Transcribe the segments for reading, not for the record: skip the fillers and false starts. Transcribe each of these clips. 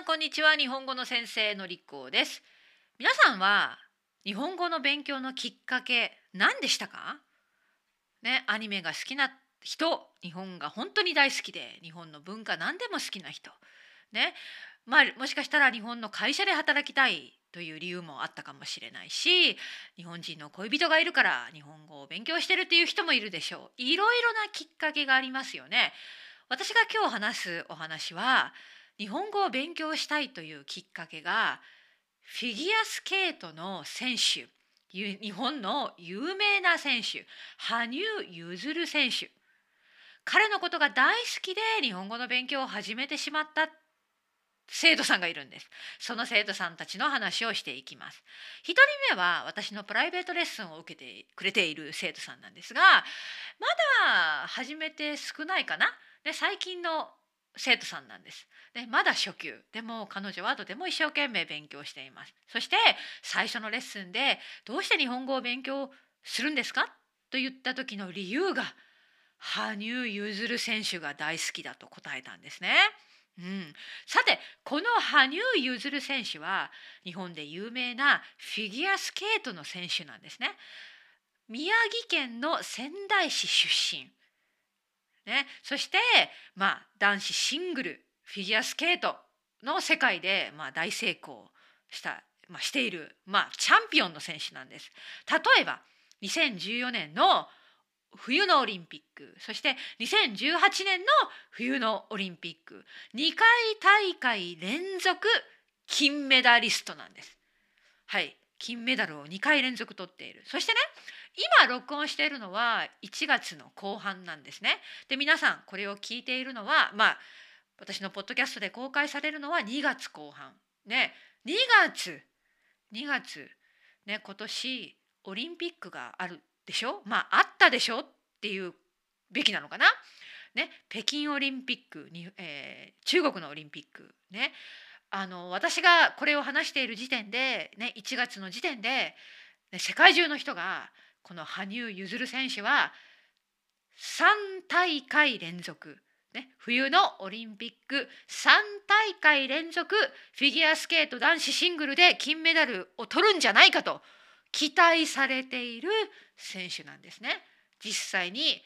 こんにちは。日本語の先生のりこです。皆さんは日本語の勉強のきっかけ何でしたかね、アニメが好きな人、日本が本当に大好きで、日本の文化何でも好きな人、ね、もしかしたら日本の会社で働きたいという理由もあったかもしれないし、日本人の恋人がいるから日本語を勉強してるっていう人もいるでしょう。いろいろなきっかけがありますよね。私が今日話すお話は、日本語を勉強したいというきっかけが、フィギュアスケートの選手、日本の有名な選手、羽生結弦選手。彼のことが大好きで日本語の勉強を始めてしまった生徒さんがいるんです。その生徒さんたちの話をしていきます。一人目は私のプライベートレッスンを受けてくれている生徒さんなんですが、まだ始めて少ないかな。で、最近の生徒さんなんです。で、まだ初級。でも彼女はとても一生懸命勉強しています。そして最初のレッスンで、どうして日本語を勉強するんですかと言った時の理由が、羽生結弦選手が大好きだと答えたんですね。さて、この羽生結弦選手は日本で有名なフィギュアスケートの選手なんですね。宮城県の仙台市出身。そして、男子シングルフィギュアスケートの世界で、大成功した、している、チャンピオンの選手なんです。例えば2014年の冬のオリンピック、そして2018年の冬のオリンピック、2回大会連続金メダリストなんです。はい、金メダルを2回連続取っている。そしてね、今録音しているのは1月の後半なんですね。で、皆さんこれを聞いているのは、私のポッドキャストで公開されるのは2月後半。ね、2月、ね、今年オリンピックがあるでしょ。あったでしょっていうべきなのかな。ね、北京オリンピックに、中国のオリンピックね。私がこれを話している時点で、ね、1月の時点で、ね、世界中の人がこの羽生結弦選手は3大会連続、ね、冬のオリンピック3大会連続フィギュアスケート男子シングルで金メダルを取るんじゃないかと期待されている選手なんですね。実際に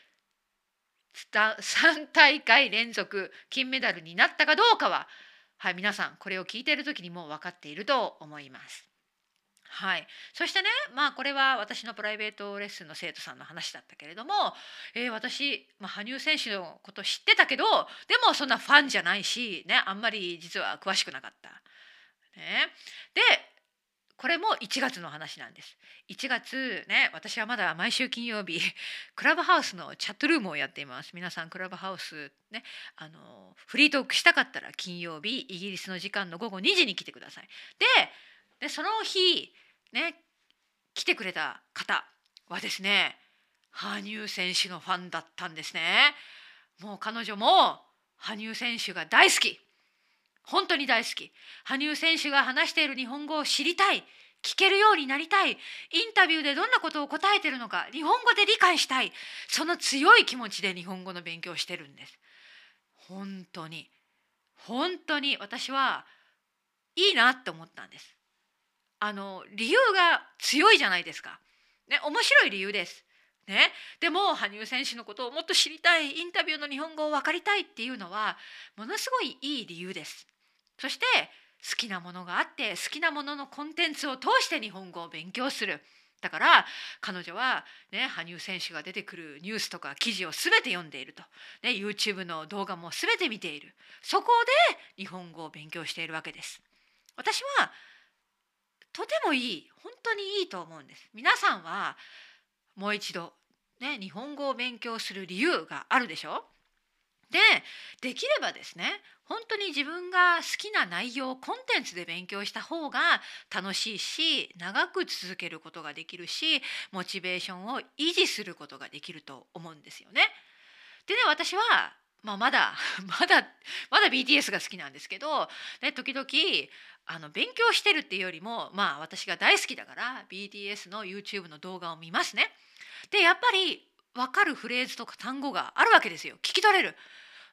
3大会連続金メダルになったかどうかは、はい、皆さんこれを聞いている時にもう分かっていると思います。はい、そしてね、これは私のプライベートレッスンの生徒さんの話だったけれども、私、羽生選手のこと知ってたけど、でもそんなファンじゃないし、ね、あんまり実は詳しくなかった。ね、でこれも1月の話なんです。1月ね、私はまだ毎週金曜日クラブハウスのチャットルームをやっています。皆さんクラブハウスね、フリートークしたかったら金曜日イギリスの時間の午後2時に来てください。で、その日ね、来てくれた方はですね、羽生選手のファンだったんですね。もう彼女も羽生選手が大好き。本当に大好き。羽生選手が話している日本語を知りたい。聞けるようになりたい。インタビューでどんなことを答えているのか、日本語で理解したい。その強い気持ちで日本語の勉強をしてるんです。本当に。本当に私はいいなって思ったんです。理由が強いじゃないですか。ね、面白い理由です。ね、でも羽生選手のことをもっと知りたい、インタビューの日本語を分かりたいっていうのはものすごいいい理由です。そして好きなものがあって好きなもののコンテンツを通して日本語を勉強する。だから彼女は、ね、羽生選手が出てくるニュースとか記事を全て読んでいると、ね、YouTube の動画も全て見ている。そこで日本語を勉強しているわけです。私はとてもいい、本当にいいと思うんです。皆さんはもう一度、ね、日本語を勉強する理由があるでしょ。で、できればですね、本当に自分が好きな内容、コンテンツで勉強した方が楽しいし、長く続けることができるし、モチベーションを維持することができると思うんですよね。でね、私は、まだまだ BTS が好きなんですけど、ね、時々勉強してるっていうよりも、私が大好きだから BTS の YouTube の動画を見ますね。で、やっぱり分かるフレーズとか単語があるわけですよ。聞き取れる。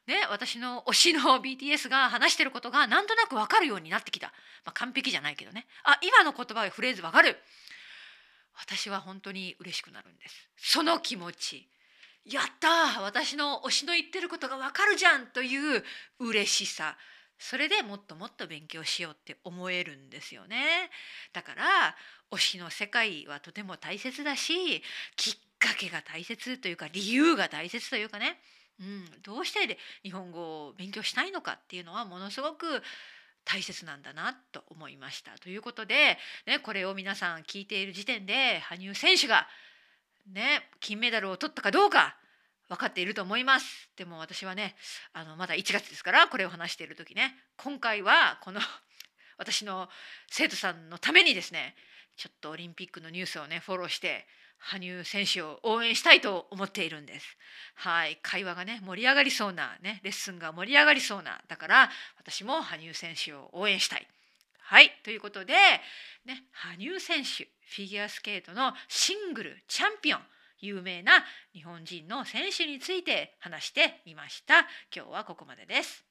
ね、私の推しの BTS が話してることがなんとなく分かるようになってきた。完璧じゃないけどね。今の言葉やフレーズ分かる。私は本当に嬉しくなるんです。その気持ち。やったー、私の推しの言ってることがわかるじゃんという嬉しさ。それでもっともっと勉強しようって思えるんですよね。だから推しの世界はとても大切だし、きっかけが大切というか理由が大切というかね、どうして日本語を勉強したいのかっていうのはものすごく大切なんだなと思いました。ということで、これを皆さん聞いている時点で羽生選手が金メダルを取ったかどうか分かっていると思います。でも私はね、まだ1月ですから、これを話している時ね、今回はこの私の生徒さんのためにですね、ちょっとオリンピックのニュースをねフォローして羽生選手を応援したいと思っているんです。はい、会話がね盛り上がりそうなね、レッスンが盛り上がりそうな、だから私も羽生選手を応援したい。はい、ということで、羽生選手、フィギュアスケートのシングルチャンピオン、有名な日本人の選手について話してみました。今日はここまでです。